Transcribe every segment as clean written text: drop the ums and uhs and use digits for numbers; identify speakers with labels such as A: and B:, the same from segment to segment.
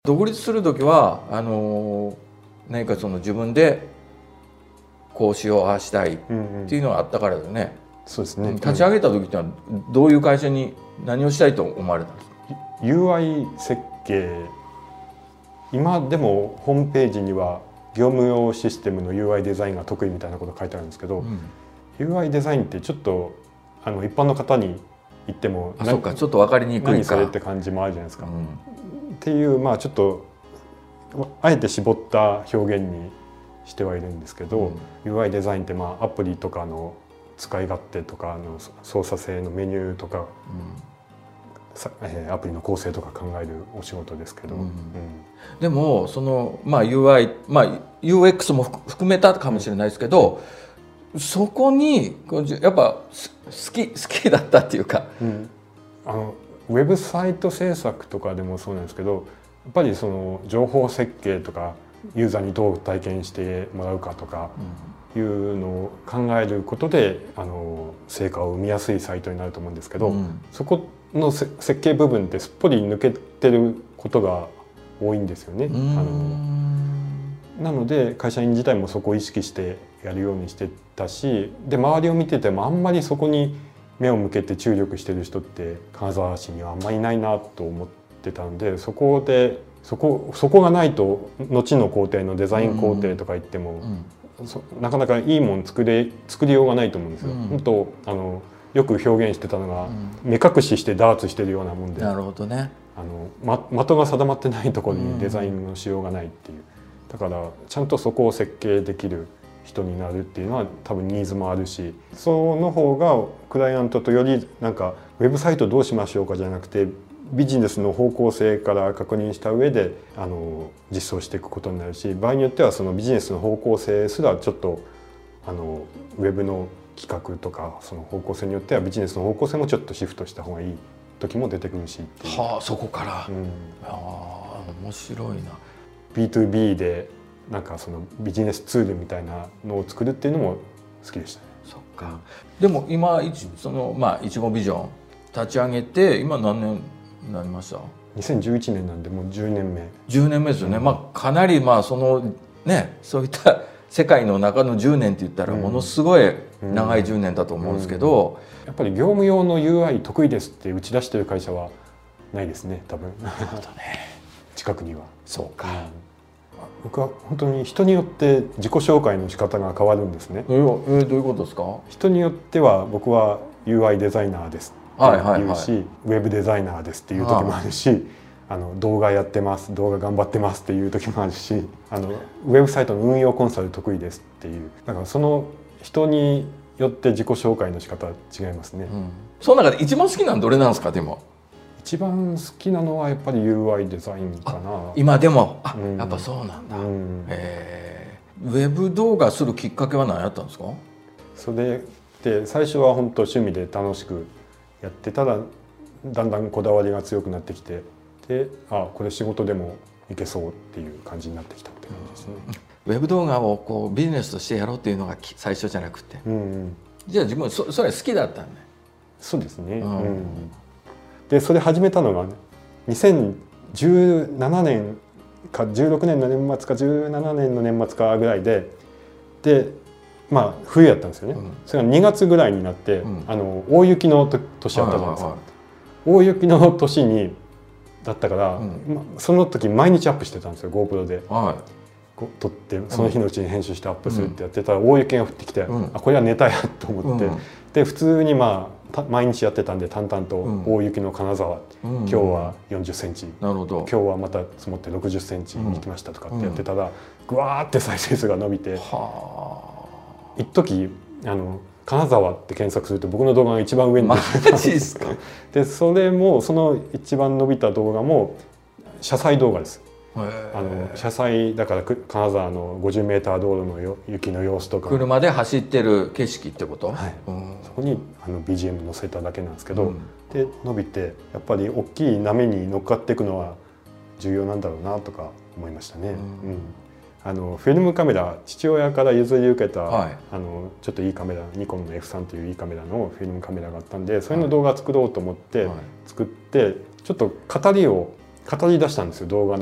A: 独立する時は何かその自分でこうしようああしたいっていうのがあったからだよね。
B: そうですね。
A: 立ち上げた時ってのはどういう会社に何をしたいと思われたんですか？
B: UI 設計、今でもホームページには業務用システムの UI デザインが得意みたいなこと書いてあるんですけど、UI デザインってちょっと一般の方に言っても
A: そうか、ちょっと分かりにくいか、
B: 何それって感じもあるじゃないですか。っていうちょっとあえて絞った表現にしてはいるんですけど、UI デザインってアプリとかの使い勝手とか操作性のメニューとか、アプリの構成とか考えるお仕事ですけど、
A: でもそのUI、UX も含めたかもしれないですけど、そこにやっぱ好きだったっていうか、
B: ウェブサイト制作とかでもそうなんですけど、やっぱりその情報設計とかユーザーにどう体験してもらうかとかいうのを考えることで成果を生みやすいサイトになると思うんですけど、そこの設計部分ってすっぽり抜けてることが多いんですよね。なので会社員自体もそこを意識してやるようにしてたし、で周りを見ててもあんまりそこに目を向けて注力してる人って金沢市にはあんまりいないなと思ってたので、そこがないと後の工程のデザイン工程とか言っても、なかなかいいもん作りようがないと思うんですよ。本当よく表現してたのが、目隠ししてダーツしてるようなもんで、
A: なるほどね、
B: 的が定まってないところにデザインのしようがないっていう、だからちゃんとそこを設計できる人になるっていうのは多分ニーズもあるし、その方がクライアントとよりなんかウェブサイトどうしましょうかじゃなくて、ビジネスの方向性から確認した上で実装していくことになるし、場合によってはそのビジネスの方向性すらちょっとウェブの企画とかその方向性によってはビジネスの方向性もちょっとシフトした方がいい時も出てくるしっていう。
A: そこから、面白いな。
B: B2B でなんかそのビジネスツールみたいなのを作るっていうのも好きでしたね。
A: そっか。でも今そのいちごビジョン立ち上げて今何年になりました
B: ？2011年なんでもう10年目。
A: 10年目ですよね。かなりそのね、そういった世界の中の10年って言ったらものすごい長い10年だと思うんですけど、
B: やっぱり業務用の UI 得意ですって打ち出してる会社はないですね、多分。
A: なるほどね。
B: 近くには。
A: そうか。
B: 僕は本当に人によって自己紹介の仕方が変わるんですね。
A: どういうことですか？
B: 人によっては僕は UI デザイナーですって言うし、ウェブデザイナーですっていう時もあるし、動画やってます、動画頑張ってますっていう時もあるし、ウェブサイトの運用コンサル得意ですっていう、だからその人によって自己紹介の仕方は違いますね。
A: その中で一番好きなのどれなんですか？でも
B: 一番好きなのはやっぱり UI デザインかな。
A: 今でもやっぱそうなんだ。ウェブ動画するきっかけは何やったんですか？
B: それで最初は本当趣味で楽しくやってたら、だんだんこだわりが強くなってきて、でこれ仕事でもいけそうっていう感じになってきたって感じですね。
A: ウェブ動画をこうビジネスとしてやろうっていうのが最初じゃなくて、じゃあ自分それ好きだったんで。
B: そうですね。でそれ始めたのが、ね、2017年か16年の年末か17年の年末かぐらいで冬やったんですよね。それが2月ぐらいになって、大雪の年やったじゃないですか。大雪の年にだったから、その時毎日アップしてたんですよ、 GoPro で。撮ってその日のうちに編集してアップするってやってたら、大雪が降ってきて、これはネタやと思って、で普通に毎日やってたんで淡々と大雪の金沢、今日は40センチ、今日はまた積もって60センチ行きましたとかってやってたら、ぐわーって再生数が伸びて、一時金沢って検索すると僕の動画が一番上に出てたんですよ。でその一番伸びた動画も車載動画です。車載だから金沢の 50m 道路の雪の様子とか、
A: 車で走ってる景色ってこと、
B: そこにBGM 載せただけなんですけど、で伸びて、やっぱり大きい波に乗っかっていくのは重要なんだろうなとか思いましたね。フィルムカメラ、父親から譲り受けた、ちょっといいカメラ、ニコンの F3 といういいカメラのフィルムカメラがあったんで、それの動画作ろうと思って作って、ちょっと語り出したんですよ、動画の。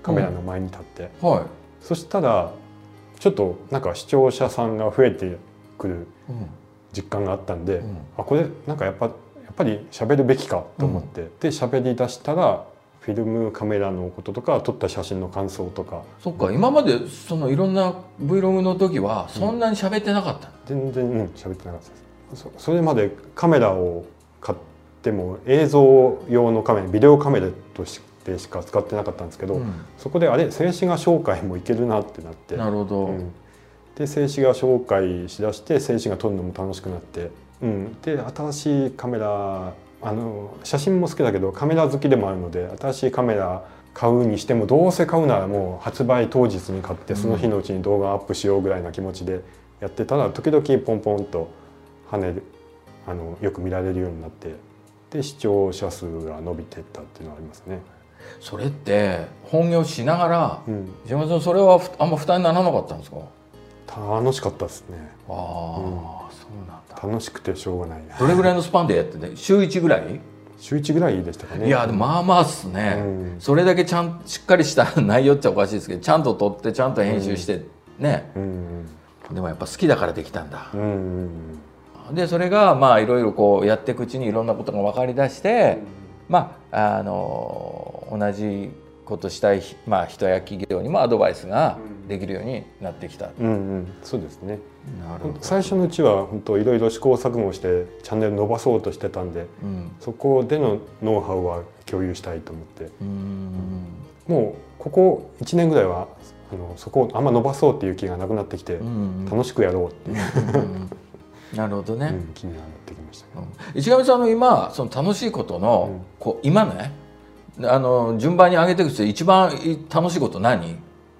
B: カメラの前に立って、
A: は
B: そしたらちょっとなんか視聴者さんが増えてくる
A: い。
B: 実感があったんで、
A: うん
B: あこれなんかやっぱり喋るべきかと思って、で喋り出したらフィルムカメラのこととか撮った写真の感想とか。
A: そっか、今までそのいろんな Vlog の時はそんなに喋ってなかった。
B: 全然喋ってなかったです。それまでカメラを買っても映像用のカメラ、ビデオカメラとしてしか使ってなかったんですけど、そこであれ静止画紹介もいけるなってなって、
A: なるほど。
B: で静止画紹介しだして静止画撮るのも楽しくなって、で新しいカメラ、写真も好きだけどカメラ好きでもあるので、新しいカメラ買うにしてもどうせ買うならもう発売当日に買ってその日のうちに動画アップしようぐらいな気持ちでやってたら、時々ポンポンと跳ねるよく見られるようになって、で視聴者数が伸びていったっていうのはありますね。
A: それって本業しながら、島田さんそれはあんま負担にならなかったんですか？
B: 楽しかったですね。
A: ああ、そうなんだ。
B: 楽しくてしょうがない。
A: どれぐらいのスパンでやってて、週1ぐらい？
B: 週1ぐらいでしたかね。
A: いやでもまあまあっすね、それだけしっかりした内容っちゃおかしいですけど、ちゃんと撮ってちゃんと編集してね、でもやっぱ好きだからできたんだ。でそれがまあいろいろこうやっていくうちにいろんなことが分かりだして、まあ同じことしたい、人や企業にもアドバイスができるようになってきた。
B: そうですね。
A: なるほど。
B: 最初のうちは本当いろいろ試行錯誤してチャンネル伸ばそうとしてたんで、そこでのノウハウは共有したいと思って、もうここ1年ぐらいはそこをあんま伸ばそうっていう気がなくなってきて、楽しくやろうっていう
A: なるほどね、
B: 気になってきましたけど、
A: 市上さんの今その楽しいことの、今ね順番に上げていくと一番楽しいこと何？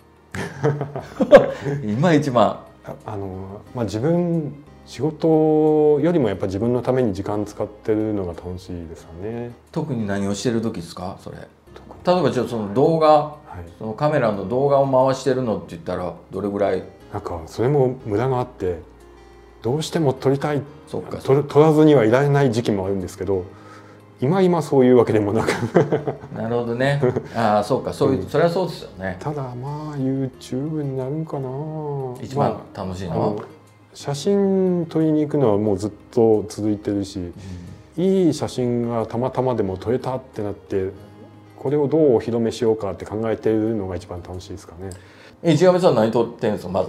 A: 今一番
B: 自分仕事よりもやっぱ自分のために時間使ってるのが楽しいですよね。
A: 特に何をしてる時ですかそれ？例えばその動画、そのカメラの動画を回してるのって言ったらどれぐらい？
B: なんかそれも無駄があって、どうしても撮りたい、
A: そっか、
B: 撮らずにはいられない時期もあるんですけど、今そういうわけでもなく
A: なるほどね。ああそうか、それはそうですよね。
B: ただYouTube になるんかな。
A: 一番楽しいの？
B: 写真撮りに行くのはもうずっと続いてるし、いい写真がたまたまでも撮れたってなって、これをどうお披露目しようかって考えてるのが一番楽しいですかね。
A: 市上さん何撮ってんですかまず？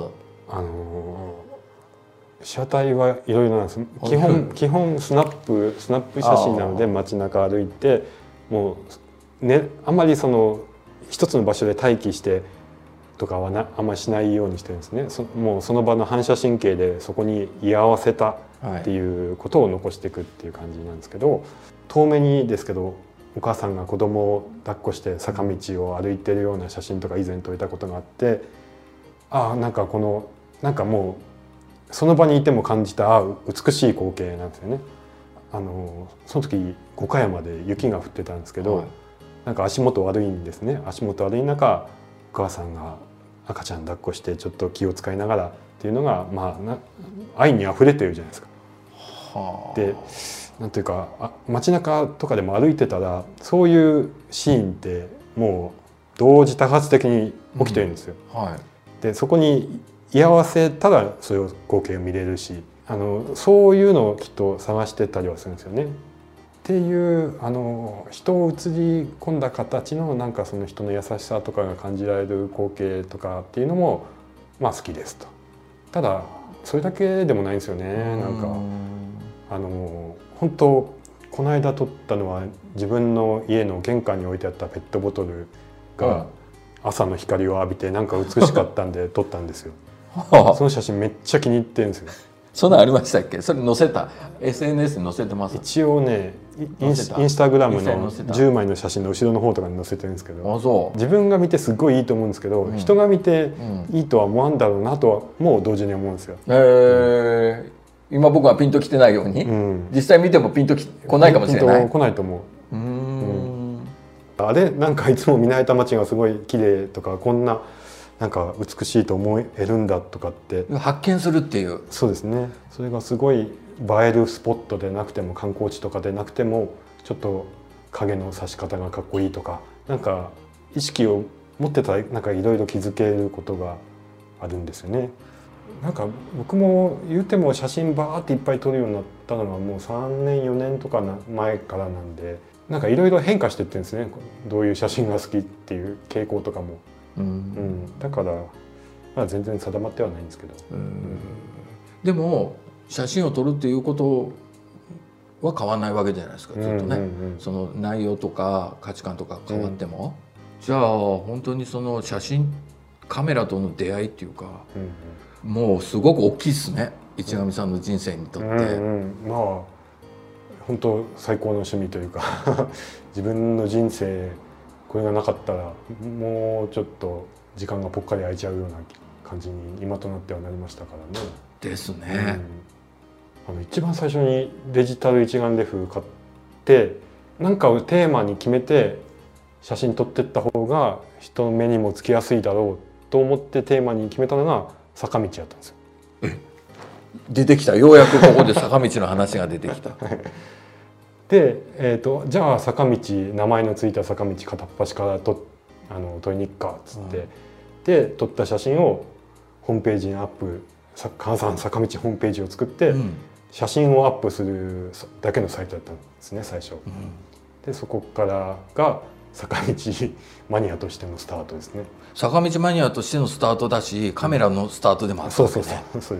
B: 被写体はいろいろなんです。基本スナップ写真なので、街中歩いてもうね、あんまりその一つの場所で待機してとかはあんまりしないようにしてるんですね。もうその場の反射神経でそこに居合わせたっていうことを残していくっていう感じなんですけど、遠目にですけどお母さんが子供を抱っこして坂道を歩いてるような写真とか以前撮れたことがあって、なんかもうその場にいても感じた美しい光景なんですよね。その時五箇山で雪が降ってたんですけど、なんか足元悪いんですね。足元悪い中、お母さんが赤ちゃん抱っこしてちょっと気を使いながらっていうのが愛にあふれてるじゃないですか。でなんていうか、街中とかでも歩いてたらそういうシーンってもう同時多発的に起きてるんですよ。でそこに居合わせたらそういう光景を見れるし、そういうのをきっと探してたりはするんですよね。っていう人を映り込んだ形のなんかその人の優しさとかが感じられる光景とかっていうのも好きですと。ただそれだけでもないんですよね。なんか本当この間撮ったのは自分の家の玄関に置いてあったペットボトルが朝の光を浴びてなんか美しかったんで撮ったんですよ。その写真めっちゃ気に入ってるんですよ。
A: そんなありましたっけ？それ載せた SNS に載せてます？
B: 一応ね、インスタグラムの10枚の写真の後ろの方とかに載せてるんですけど、自分が見てすごいいいと思うんですけど、人が見ていいとは思わんだろうなとはもう同時に思うんですよ。
A: 今僕はピンときてないように、実際見てもピンとこないかもしれない。
B: ピンとこないと思う。あれなんかいつも見慣れた街がすごい綺麗とか、こんななんか美しいと思えるんだとかって
A: 発見するっていう。
B: そうですね。それがすごい映えるスポットでなくても観光地とかでなくてもちょっと影の差し方がかっこいいとか、なんか意識を持ってたらなんかいろいろ気づけることがあるんですよね。なんか僕も言うても写真バーっていっぱい撮るようになったのはもう3年4年とか前からなんで、なんかいろいろ変化してってるんですね。どういう写真が好きっていう傾向とかも、だから、まあ、全然定まってはないんですけど、
A: でも写真を撮るっていうことは変わらないわけじゃないですか、ずっとね。その内容とか価値観とか変わっても、じゃあ本当にその写真カメラとの出会いっていうか、もうすごく大きいですね、市上さんの人生にとって。
B: まあ本当最高の趣味というか自分の人生これがなかったらもうちょっと時間がぽっかり空いちゃうような感じに今となってはなりましたからね。
A: ですね。
B: 一番最初にデジタル一眼レフ買って何かをテーマに決めて写真撮ってった方が人の目にもつきやすいだろうと思ってテーマに決めたのが坂道やったんですよ。
A: 出てきた、ようやくここで坂道の話が出てきた。
B: で、じゃあ坂道、名前のついた坂道片っ端から撮りに行くかっつって、で撮った写真をホームページにアップ、金沢坂道ホームページを作って、写真をアップするだけのサイトだったんですね最初。でそこからが坂道マニアとしてのスタートですね。
A: 坂道マニアとしてのスタートだし、カメラのスタートでもあったわけね。
B: そうです。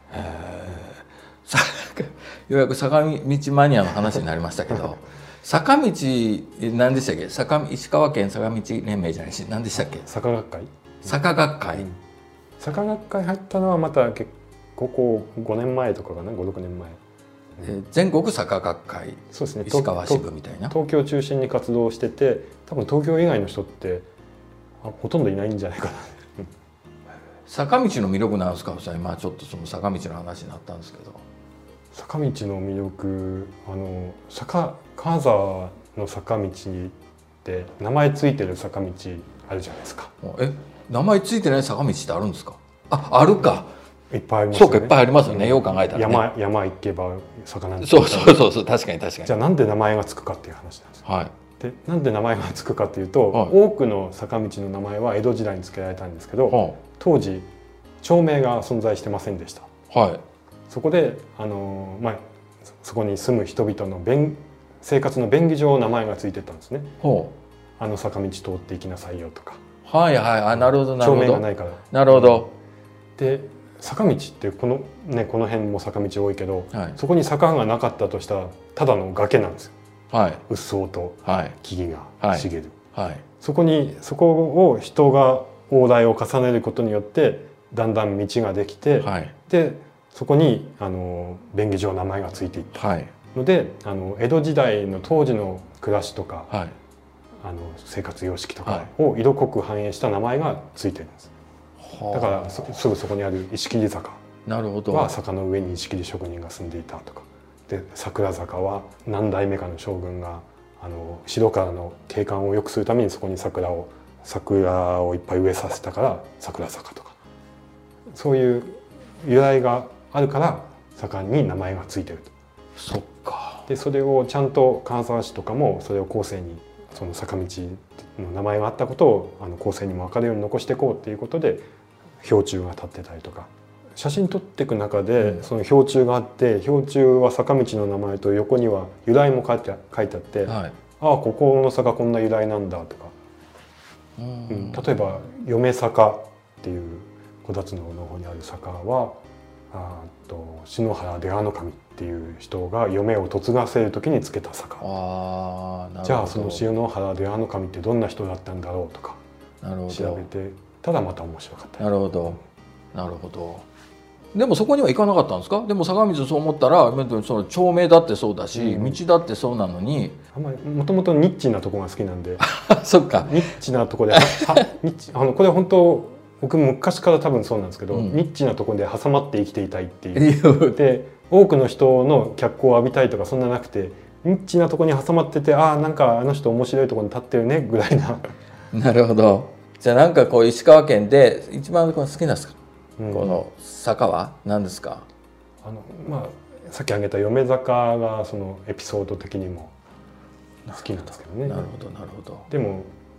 A: ようやく坂道マニアの話になりましたけど坂道何でしたっけ、石川県坂道連盟じゃないし、何でしたっけ、
B: 坂学会。
A: 坂学会、
B: 坂学会入ったのはまたここ5年前とかかな、5、6年前。
A: 全国坂学会、
B: そうですね、
A: 石川支部みたいな。
B: 東京中心に活動してて、多分東京以外の人ってほとんどいないんじゃないかな。
A: 坂道の魅力なんですか。今ちょっとその坂道の話になったんですけど、
B: 坂道の魅力、金沢の坂道って名前ついてる坂道あるじゃないですか。
A: 名前ついてない坂道ってあるんですか。あるか。
B: いっぱいありますよね。
A: そうか、いっぱいありますよね、よう考えたらね。
B: 山行けば坂なんて。
A: そう、確かに。
B: じゃあなんで名前がつくかっていう話なんですよ。でなんで名前がつくかっていうと、多くの坂道の名前は江戸時代に付けられたんですけど、当時町名が存在してませんでした。そこでそこに住む人々の生活の便宜上名前がついてたんですね。坂道通って行きなさいよとか。
A: なるほど。
B: 町名がないから。
A: なるほど。
B: で坂道ってこの辺も坂道多いけど、そこに坂がなかったとしたらただの崖なんですよ。うっそうと木々が茂る。そこを人が往来を重ねることによってだんだん道ができて、でそこに便宜上名前がついていったので、江戸時代の当時の暮らしとか、生活様式とかを色濃く反映した名前がついてるんです。だからすぐそこにある石切坂は坂の上に石切り職人が住んでいたとかで、桜坂は何代目かの将軍が城からの景観を良くするためにそこに桜をいっぱい植えさせたから桜坂とか、そういう由来があるから坂に名前がついてると。
A: そっか。
B: でそれをちゃんと金沢市とかもそれを後世にその坂道の名前があったことを後世にも分かるように残していこうっていうことで標柱が立ってたりとか、写真撮っていく中でその標柱があって、標柱は坂道の名前と横には由来も書いてあって、ここの坂こんな由来なんだとか、例えば嫁坂っていう小辰野の方にある坂は篠原出羽守っていう人が嫁を嫁がせる時につけた坂。じゃあその篠原出羽守ってどんな人だったんだろうとか調べてただまた面白かった。
A: なるほど。でもそこには行かなかったんですか。でも坂道そう思ったらその町名だってそうだし、道だってそうなのに、
B: もともとニッチなとこが好きなんで
A: そっか、
B: ニッチなとこでこれ本当僕昔から多分そうなんですけど、ニッチなところで挟まって生きていたいっていうで、多くの人の脚光を浴びたいとかそんななくて、ニッチなところに挟まってて、なんかあの人面白いところに立ってるねぐらいな。
A: なるほど。じゃあなんかこう石川県で一番好きなこの坂は何ですか。
B: さっき挙げた嫁坂がそのエピソード的にも好きなんですけどね。
A: なるほど。
B: でも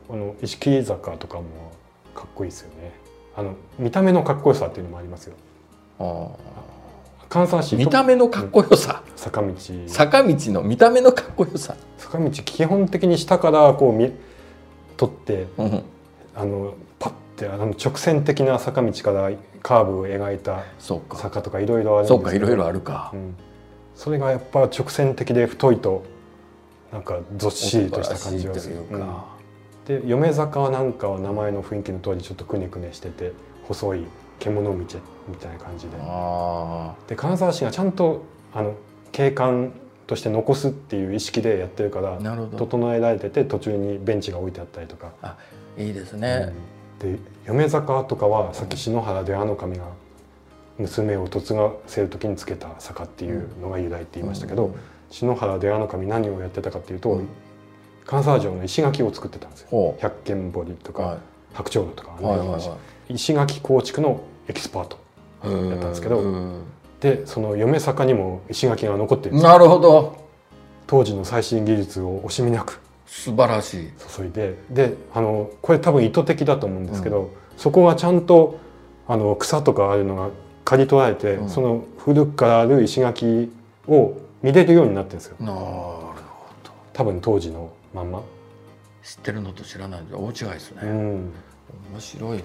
B: 石切坂とかもかっこいいですよね。見た目のかっこよさっていうのもありますよ。関西市
A: 見た目のかっこよさ、
B: 坂道
A: の見た目のかっこよさ、
B: 坂道基本的に下からこう取って、パッて直線的な坂道からカーブを描いた坂とかいろいろあるんですけど、
A: そうか、いろいろあるか、
B: それがやっぱ直線的で太いとなんかずっしりとした感じがする。で米坂はなんか名前の雰囲気の通りちょっとくねくねしてて細い獣道みたいな感じで、金沢市がちゃんと景観として残すっていう意識でやってるから整えられてて、途中にベンチが置いてあったりとか。
A: いいですね。
B: で米坂とかはさっき篠原出羽守が娘を嫁がせる時につけた坂っていうのが由来って言いましたけど、篠原出羽守何をやってたかっていうと、金沢城の石垣を作ってたんですよ。百間堀とか白鳥路とか石垣構築のエキスパートだったんですけど、でその米坂にも石垣が残ってるんですよ。
A: なるほど。
B: 当時の最新技術を惜しみなく
A: 素晴らしい
B: 注いで、これ多分意図的だと思うんですけど、そこがちゃんと草とかあるのが刈り取られて、その古くからある石垣を見れるようになってるんですよ。
A: なるほど。
B: 多分当時のまんま。
A: 知ってるのと知らないので大違いですね。面白いな。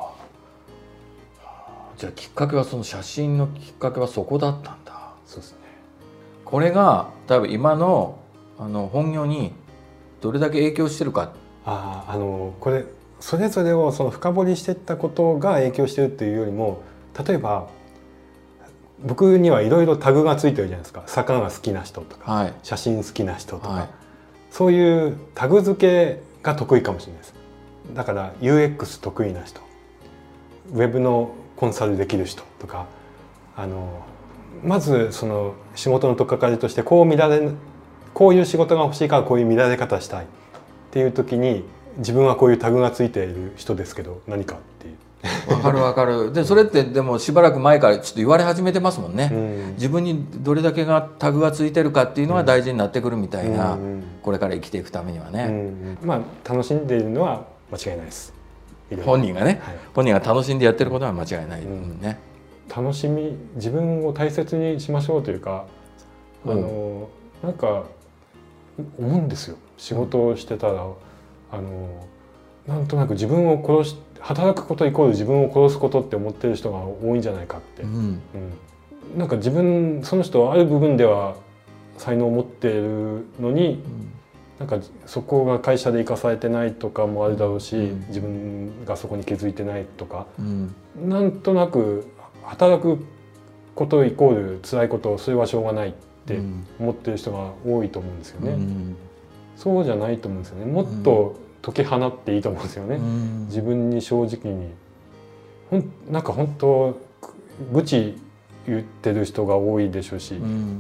A: じゃあきっかけはその写真のきっかけはそこだったんだ。
B: そうですね。
A: これが多分今の本業にどれだけ影響してるか。
B: これそれぞれをその深掘りしていったことが影響してるっていうよりも、例えば僕にはいろいろタグがついてるじゃないですか。坂が好きな人とか、写真好きな人とか、そういうタグ付けが得意かもしれないです。だから UX 得意な人、ウェブのコンサルできる人とか、まずその仕事の取っかかりとしてこういう仕事が欲しいからこういう見られ方したいっていう時に、自分はこういうタグがついている人ですけど何かっていう。
A: わかるわかる。でそれってでもしばらく前からちょっと言われ始めてますもんね。自分にどれだけタグがついてるかっていうのが大事になってくるみたいな、これから生きていくためにはね。
B: 楽しんでいるのは間違いないです。
A: 本人がね、本人が楽しんでやってることは間違いないね。
B: 楽しみ、自分を大切にしましょうというか、なんか思うんですよ。仕事をしてたらなんとなく自分を働くことイコール自分を殺すことって思ってる人が多いんじゃないかって、なんかその人はある部分では才能を持っているのに、なんかそこが会社で生かされてないとかもあるだろうし、自分がそこに気づいてないとか、なんとなく働くことイコール辛いこと、それはしょうがないって思ってる人が多いと思うんですよね。そうじゃないと思うんですよね。もっと解き放っていいと思うんですよね。自分に正直になんか本当愚痴言ってる人が多いでしょうし、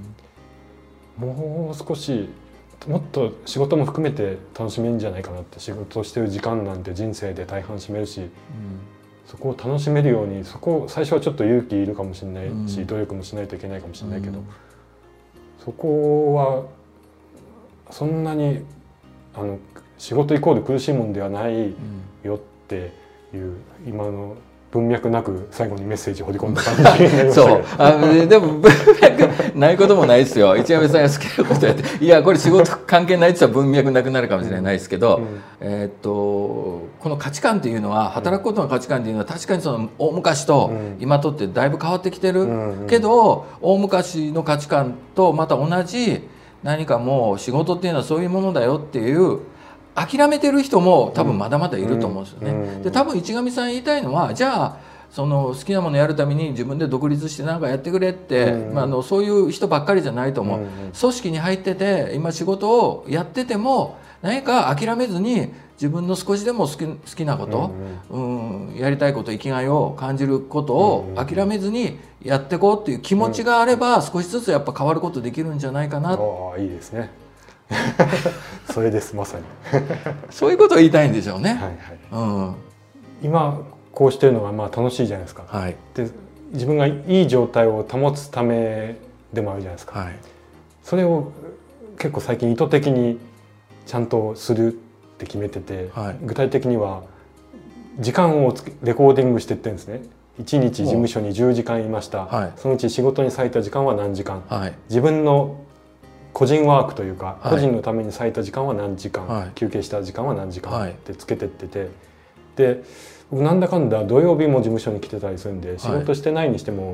B: もう少しもっと仕事も含めて楽しめるんじゃないかなって。仕事をしてる時間なんて人生で大半占めるし、そこを楽しめるように、そこ最初はちょっと勇気いるかもしれないし、努力もしないといけないかもしれないけど、そこはそんなに仕事イコール苦しいもんではないよっていう今の文脈なく最後にメッセージを放り込んだ感じになりましたけど。
A: そうでも文脈ないこともないですよ。一山さんが好きなことやっていやこれ仕事関係ないって言ったら文脈なくなるかもしれないですけど、この価値観っていうのは、働くことの価値観っていうのは確かにその大昔と今とってだいぶ変わってきてるけど、大昔の価値観とまた同じ何かもう仕事っていうのはそういうものだよっていう諦めてる人も多分まだまだいると思うんですよね。で多分市上さん言いたいのは、じゃあその好きなものやるために自分で独立して何かやってくれって、そういう人ばっかりじゃないと思う。組織に入ってて今仕事をやってても何か諦めずに自分の少しでも好きなこと、やりたいこと、生きがいを感じることを諦めずにやっていこうっていう気持ちがあれば、少しずつやっぱ変わることできるんじゃないかな。
B: いいですね。それですまさに
A: そういうことを言いたいんでしょうね。
B: 今こうしてるのが楽しいじゃないですか。で自分がいい状態を保つためでもあるじゃないですか。それを結構最近意図的にちゃんとするっって決めてて、
A: はい、
B: 具体的には時間をレコーディングしていってるんですね。1日事務所に10時間いました、
A: はい、
B: そのうち仕事に割いた時間は何時間、
A: はい、
B: 自分の個人ワークというか、
A: はい、
B: 個人のために割いた時間は何時間、はい、休憩した時間は何時間ってつけてってて、で僕なんだかんだ土曜日も事務所に来てたりするんで、仕事してないにしても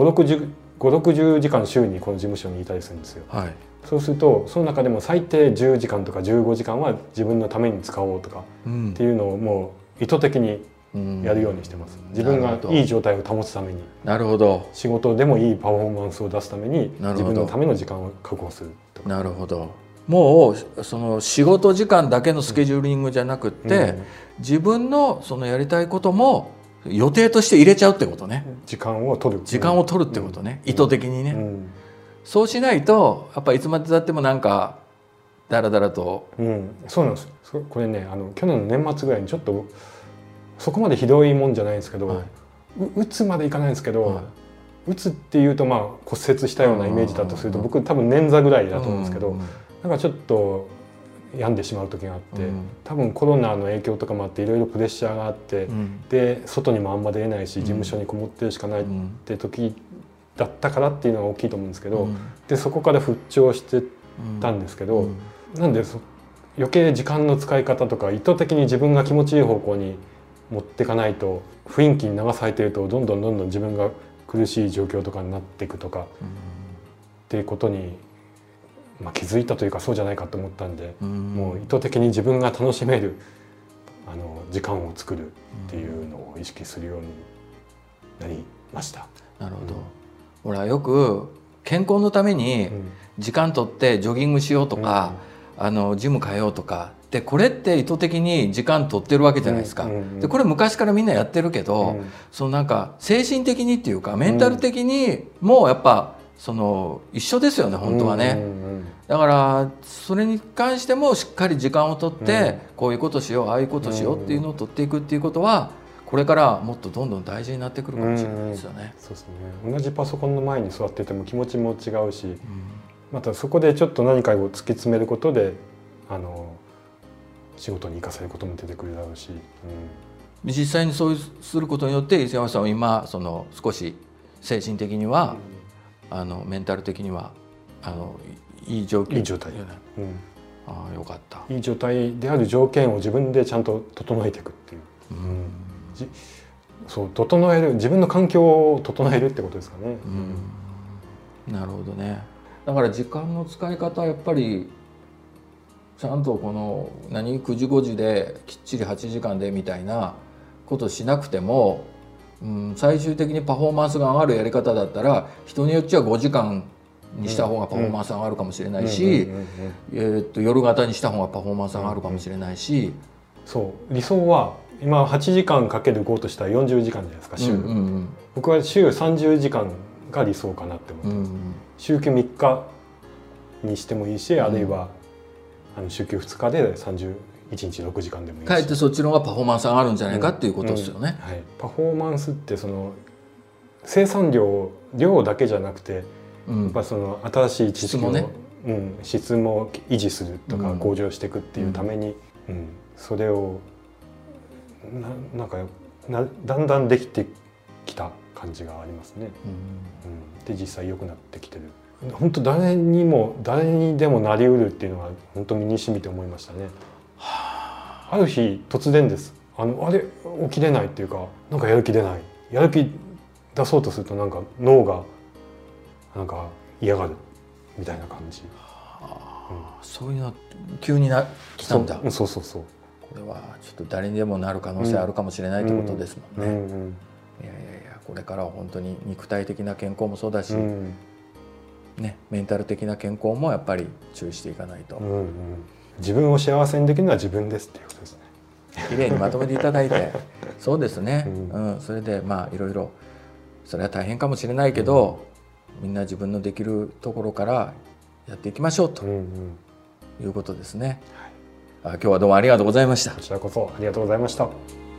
B: 5、60時間週にこの事務所にいたりするんですよ。はい、そうするとその中でも最低10時間とか15時間は自分のために使おうとかっていうのをもう意図的にやるようにしてます。自分がいい状態を保つために、
A: なるほど、
B: 仕事でもいいパフォーマンスを出すために自分のための時間を確保するとか。
A: なるほど。もうその仕事時間だけのスケジューリングじゃなくって、自分のそのやりたいことも予定として入れちゃうってことね。
B: 時間を取る
A: ってことね、意図的にね。そうしないとやっぱいつまでたってもなんかだらだらと。
B: そうなんです。これね、去年の年末ぐらいにちょっとそこまでひどいもんじゃないんですけど、はい、うつまでいかないんですけど、はい、うつっていうとまあ骨折したようなイメージだとすると、僕多分捻挫ぐらいだと思うんですけど、なんかちょっと病んでしまう時があって、多分コロナの影響とかもあっていろいろプレッシャーがあって、で外にもあんま出れないし事務所にこもってるしかないって時だったからっていうのが大きいと思うんですけど、でそこから復調してたんですけど、なんで余計時間の使い方とか意図的に自分が気持ちいい方向に持っていかないと、雰囲気に流されているとどんどん自分が苦しい状況とかになっていくとか、っていうことに、気づいたというかそうじゃないかと思ったんで、もう意図的に自分が楽しめる時間を作るっていうのを意識するようになりました。
A: なるほど。ほらよく健康のために時間取ってジョギングしようとか、ジム通ようとかで、これって意図的に時間取ってるわけじゃないですか。でこれ昔からみんなやってるけど、そのなんか精神的にっていうかメンタル的にもうやっぱその一緒ですよね本当はね。だからそれに関してもしっかり時間を取ってこういうことしようああいうことしようっていうのを取っていくっていうことはこれからもっとどんどん大事になってくるかもしれないですよね。
B: そうですね。同じパソコンの前に座ってても気持ちも違うし、またそこでちょっと何かを突き詰めることで仕事に生かせることも出てくるだろうし、
A: 実際にそうすることによって伊勢山さんは今その少し精神的には、メンタル的にはいい状態。ああよかった。
B: いい状態である条件を自分でちゃんと整えていくっていう。そう整える、自分の環境を整えるってことですかね。
A: なるほどね。だから時間の使い方はやっぱりちゃんとこの9時5時できっちり8時間でみたいなことしなくても、最終的にパフォーマンスが上がるやり方だったら人によっちゃ5時間にした方がパフォーマンス上がるかもしれないし、夜型にした方がパフォーマンス上がるかもしれないし、
B: そう理想は今8時間かける5としたら40時間じゃないですか週。僕は週30時間が理想かなって思ってます。週休3日にしてもいいし、あるいは週休2日で31日6時間でもいいし、
A: かえってそっちの方がパフォーマンス上がるんじゃないかっていうことですよね。
B: パフォーマンスってその生産量だけじゃなくて、やっぱその新しい知識の質も維持するとか向上していくっていうために、それをだんだんできてきた感じがありますね。で実際良くなってきてる。本当誰にでもなりうるっていうのは本当身に染みて思いましたね。ある日突然です。あれ起きれないっていうか、なんかやる気出ない。やる気出そうとするとなんか脳がなんか嫌がるみたいな感じ。
A: そういうの急に来たんだ。
B: そう。
A: これはちょっと誰にでもなる可能性あるかもしれないってことですもんね。いやこれからは本当に肉体的な健康もそうだし、メンタル的な健康もやっぱり注意していかないと。
B: 自分を幸せにできるのは自分ですっていうことですね。
A: 綺麗にまとめていただいてそうですね、それでいろいろそれは大変かもしれないけど、みんな自分のできるところからやっていきましょうということですね。今日はどうもありがとうございました。
B: こちらこそありがとうございました。